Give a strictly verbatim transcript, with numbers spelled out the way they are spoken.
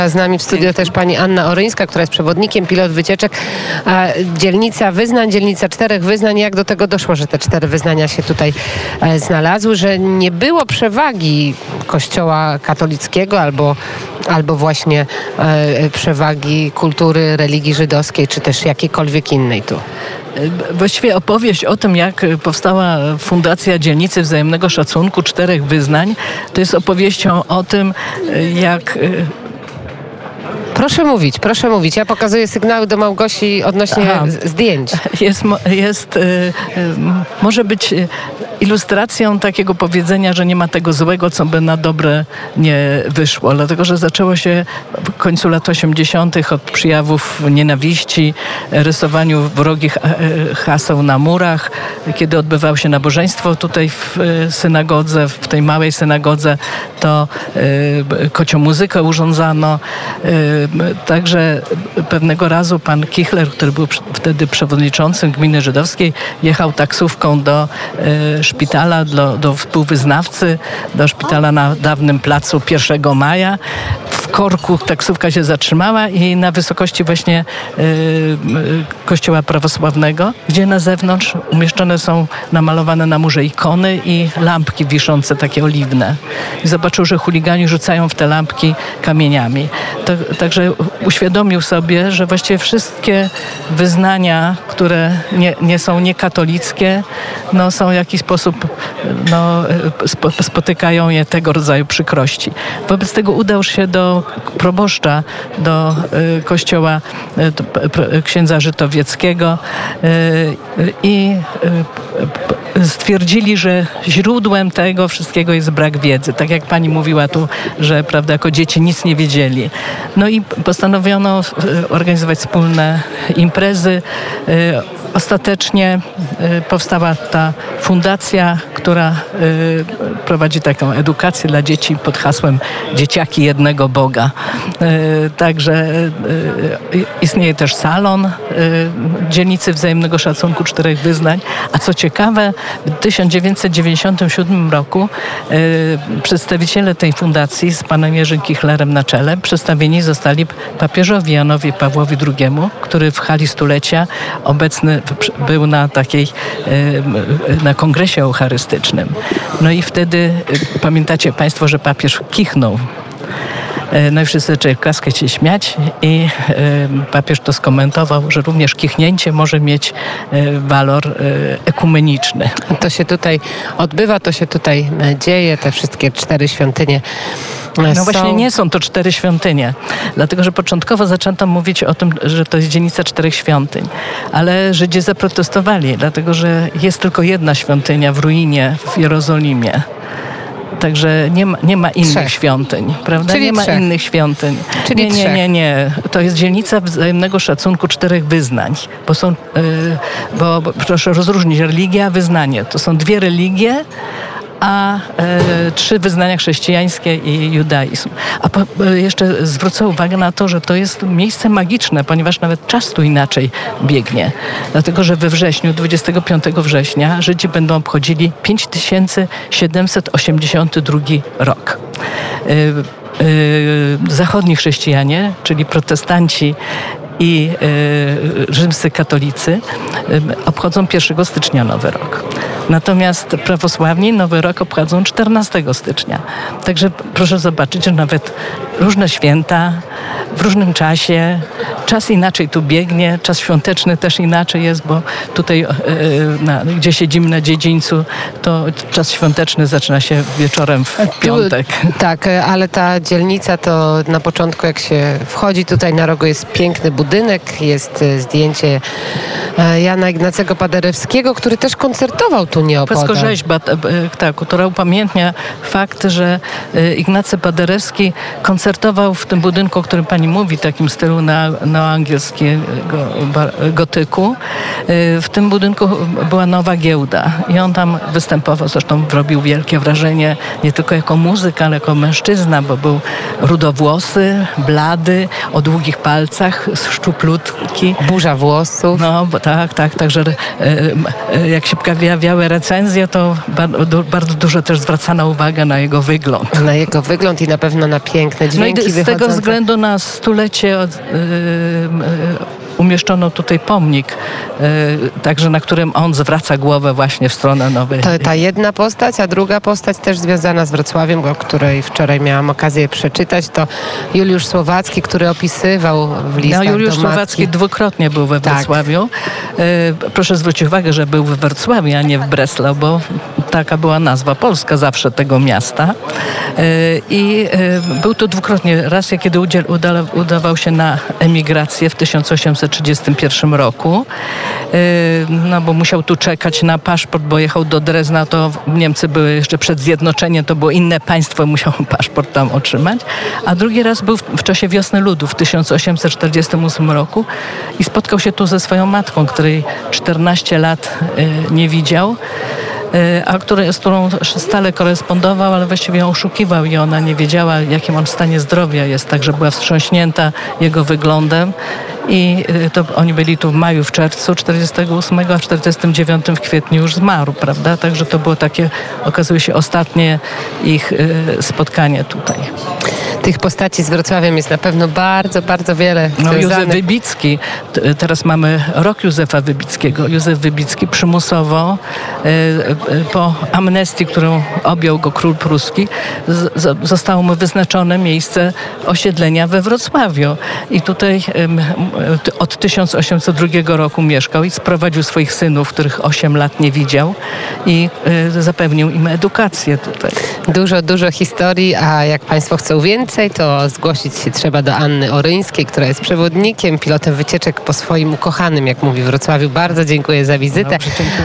Z nami w studio też pani Anna Oryńska, która jest przewodnikiem, pilot wycieczek. A dzielnica wyznań, dzielnica czterech wyznań. Jak do tego doszło, że te cztery wyznania się tutaj e, znalazły, że nie było przewagi kościoła katolickiego albo, albo właśnie e, przewagi kultury, religii żydowskiej, czy też jakiejkolwiek innej tu? Właściwie opowieść o tym, jak powstała Fundacja Dzielnicy Wzajemnego Szacunku Czterech Wyznań, to jest opowieścią o tym, jak... Proszę mówić, proszę mówić. Ja pokazuję sygnały do Małgosi odnośnie Aha. zdjęć. Jest, jest, może być ilustracją takiego powiedzenia, że nie ma tego złego, co by na dobre nie wyszło. Dlatego, że zaczęło się w końcu lat osiemdziesiątych od przejawów nienawiści, rysowaniu wrogich haseł na murach. Kiedy odbywało się nabożeństwo tutaj w synagodze, w tej małej synagodze, to kocią muzykę urządzano. Także pewnego razu pan Kichler, który był wtedy przewodniczącym gminy żydowskiej, jechał taksówką do e, szpitala, do, do współwyznawcy, do szpitala na dawnym placu pierwszego maja. W korku taksówka się zatrzymała i na wysokości właśnie e, kościoła prawosławnego, gdzie na zewnątrz umieszczone są namalowane na murze ikony i lampki wiszące, takie oliwne. I zobaczył, że chuligani rzucają w te lampki kamieniami. To, także uświadomił sobie, że właściwie wszystkie wyznania, które nie, nie są niekatolickie, no, są w jakiś sposób, no, spo, spotykają je tego rodzaju przykrości. Wobec tego udał się do proboszcza, do y, kościoła y, księdza Żytowieckiego y, i y, stwierdzili, że źródłem tego wszystkiego jest brak wiedzy. Tak jak pani mówiła tu, że prawda, jako dzieci nic nie wiedzieli. No i postanowiono organizować wspólne imprezy. Ostatecznie powstała ta fundacja, która prowadzi taką edukację dla dzieci pod hasłem Dzieciaki Jednego Boga. Także istnieje też salon Dzielnicy Wzajemnego Szacunku Czterech Wyznań. A co ciekawe, w tysiąc dziewięćset dziewięćdziesiątym siódmym roku przedstawiciele tej fundacji z panem Jerzym Kichlerem na czele przedstawieni zostali papieżowi Janowi Pawłowi drugiemu, który w hali stulecia obecny był na takiej, na kongresie eucharystycznym. No i wtedy pamiętacie państwo, że papież kichnął. No i wszyscy zaczęli klaskać się śmiać i papież to skomentował, że również kichnięcie może mieć walor ekumeniczny. To się tutaj odbywa, to się tutaj dzieje, te wszystkie cztery świątynie. No są... właśnie nie są to cztery świątynie, dlatego że początkowo zaczęto mówić o tym, że to jest dzielnica czterech świątyń, ale Żydzi zaprotestowali, dlatego że jest tylko jedna świątynia w ruinie w Jerozolimie. Także nie ma, nie ma innych trzech. świątyń, prawda? Czyli nie ma trzech. innych świątyń. Czyli nie, nie, nie, nie. To jest dzielnica wzajemnego szacunku czterech wyznań. Bo są, yy, bo, bo proszę rozróżnić religia, wyznanie. To są dwie religie, a e, trzy wyznania chrześcijańskie i judaizm. A po, e, jeszcze zwrócę uwagę na to, że to jest miejsce magiczne, ponieważ nawet czas tu inaczej biegnie. Dlatego, że we wrześniu, dwudziestego piątego września, Żydzi będą obchodzili pięć tysięcy siedemset osiemdziesiąty drugi rok. E, e, zachodni chrześcijanie, czyli protestanci i e, rzymscy katolicy e, obchodzą pierwszego stycznia Nowy Rok. Natomiast prawosławni Nowy Rok obchodzą czternastego stycznia. Także proszę zobaczyć, że nawet różne święta w różnym czasie, czas inaczej tu biegnie, czas świąteczny też inaczej jest, bo tutaj, yy, na, gdzie siedzimy na dziedzińcu, to czas świąteczny zaczyna się wieczorem w piątek. Tu, tak, ale ta dzielnica to na początku, jak się wchodzi tutaj na rogu, jest piękny budynek, jest zdjęcie Jana Ignacego Paderewskiego, który też koncertował tu nieopodal. Płaskorzeźba, tak, która upamiętnia fakt, że Ignacy Paderewski koncertował w tym budynku, o którym pani pani mówi, takim stylu neo- neoangielskiego gotyku. W tym budynku była nowa giełda i on tam występował, zresztą robił wielkie wrażenie nie tylko jako muzyk, ale jako mężczyzna, bo był rudowłosy, blady, o długich palcach, szczuplutki. Burza włosów. No, bo tak, tak, także e, jak się pojawiały recenzje, to bardzo, bardzo dużo też zwracano uwagę na jego wygląd. Na jego wygląd i na pewno na piękne dźwięki No i z wychodzące. tego względu na stulecie od, yy, yy, umieszczono tutaj pomnik, yy, także na którym on zwraca głowę właśnie w stronę nowej. To ta jedna postać, a druga postać też związana z Wrocławiem, o której wczoraj miałam okazję przeczytać, to Juliusz Słowacki, który opisywał w listach No, Juliusz do Słowacki matki. dwukrotnie był we Tak. Wrocławiu. Yy, proszę zwrócić uwagę, że był we Wrocławiu, a nie w Breslau, bo taka była nazwa polska zawsze tego miasta. Yy, I yy, był to dwukrotnie. Raz, kiedy udziel, uda, udawał się na emigrację w tysiąc osiemset trzydziestym pierwszym roku, yy, no bo musiał tu czekać na paszport, bo jechał do Drezna, to Niemcy były jeszcze przed zjednoczeniem, to było inne państwo, musiał paszport tam otrzymać. A drugi raz był w, w czasie Wiosny Ludów w tysiąc osiemset czterdziestym ósmym roku i spotkał się tu ze swoją matką, której czternaście lat yy, nie widział, a który, z którą stale korespondował, ale właściwie ją oszukiwał i ona nie wiedziała, jakim on w stanie zdrowia jest, także była wstrząśnięta jego wyglądem i to oni byli tu w maju, w czerwcu czterdziestego ósmego, a w czterdziestym dziewiątym w kwietniu już zmarł, prawda? Także to było takie, okazuje się, ostatnie ich spotkanie tutaj. Tych postaci z Wrocławiem jest na pewno bardzo, bardzo wiele. No, Józef związanych. Wybicki. T- Teraz mamy rok Józefa Wybickiego. Józef Wybicki przymusowo e, e, po amnestii, którą objął go król pruski, z, z, zostało mu wyznaczone miejsce osiedlenia we Wrocławiu. I tutaj em, t- od tysiąc osiemset drugiego roku mieszkał i sprowadził swoich synów, których osiem lat nie widział i e, zapewnił im edukację tutaj. Dużo, dużo historii, a jak Państwo chcą więcej, to zgłosić się trzeba do Anny Oryńskiej, która jest przewodnikiem, pilotem wycieczek po swoim ukochanym, jak mówi w Wrocławiu. Bardzo dziękuję za wizytę. Dobrze, dziękuję.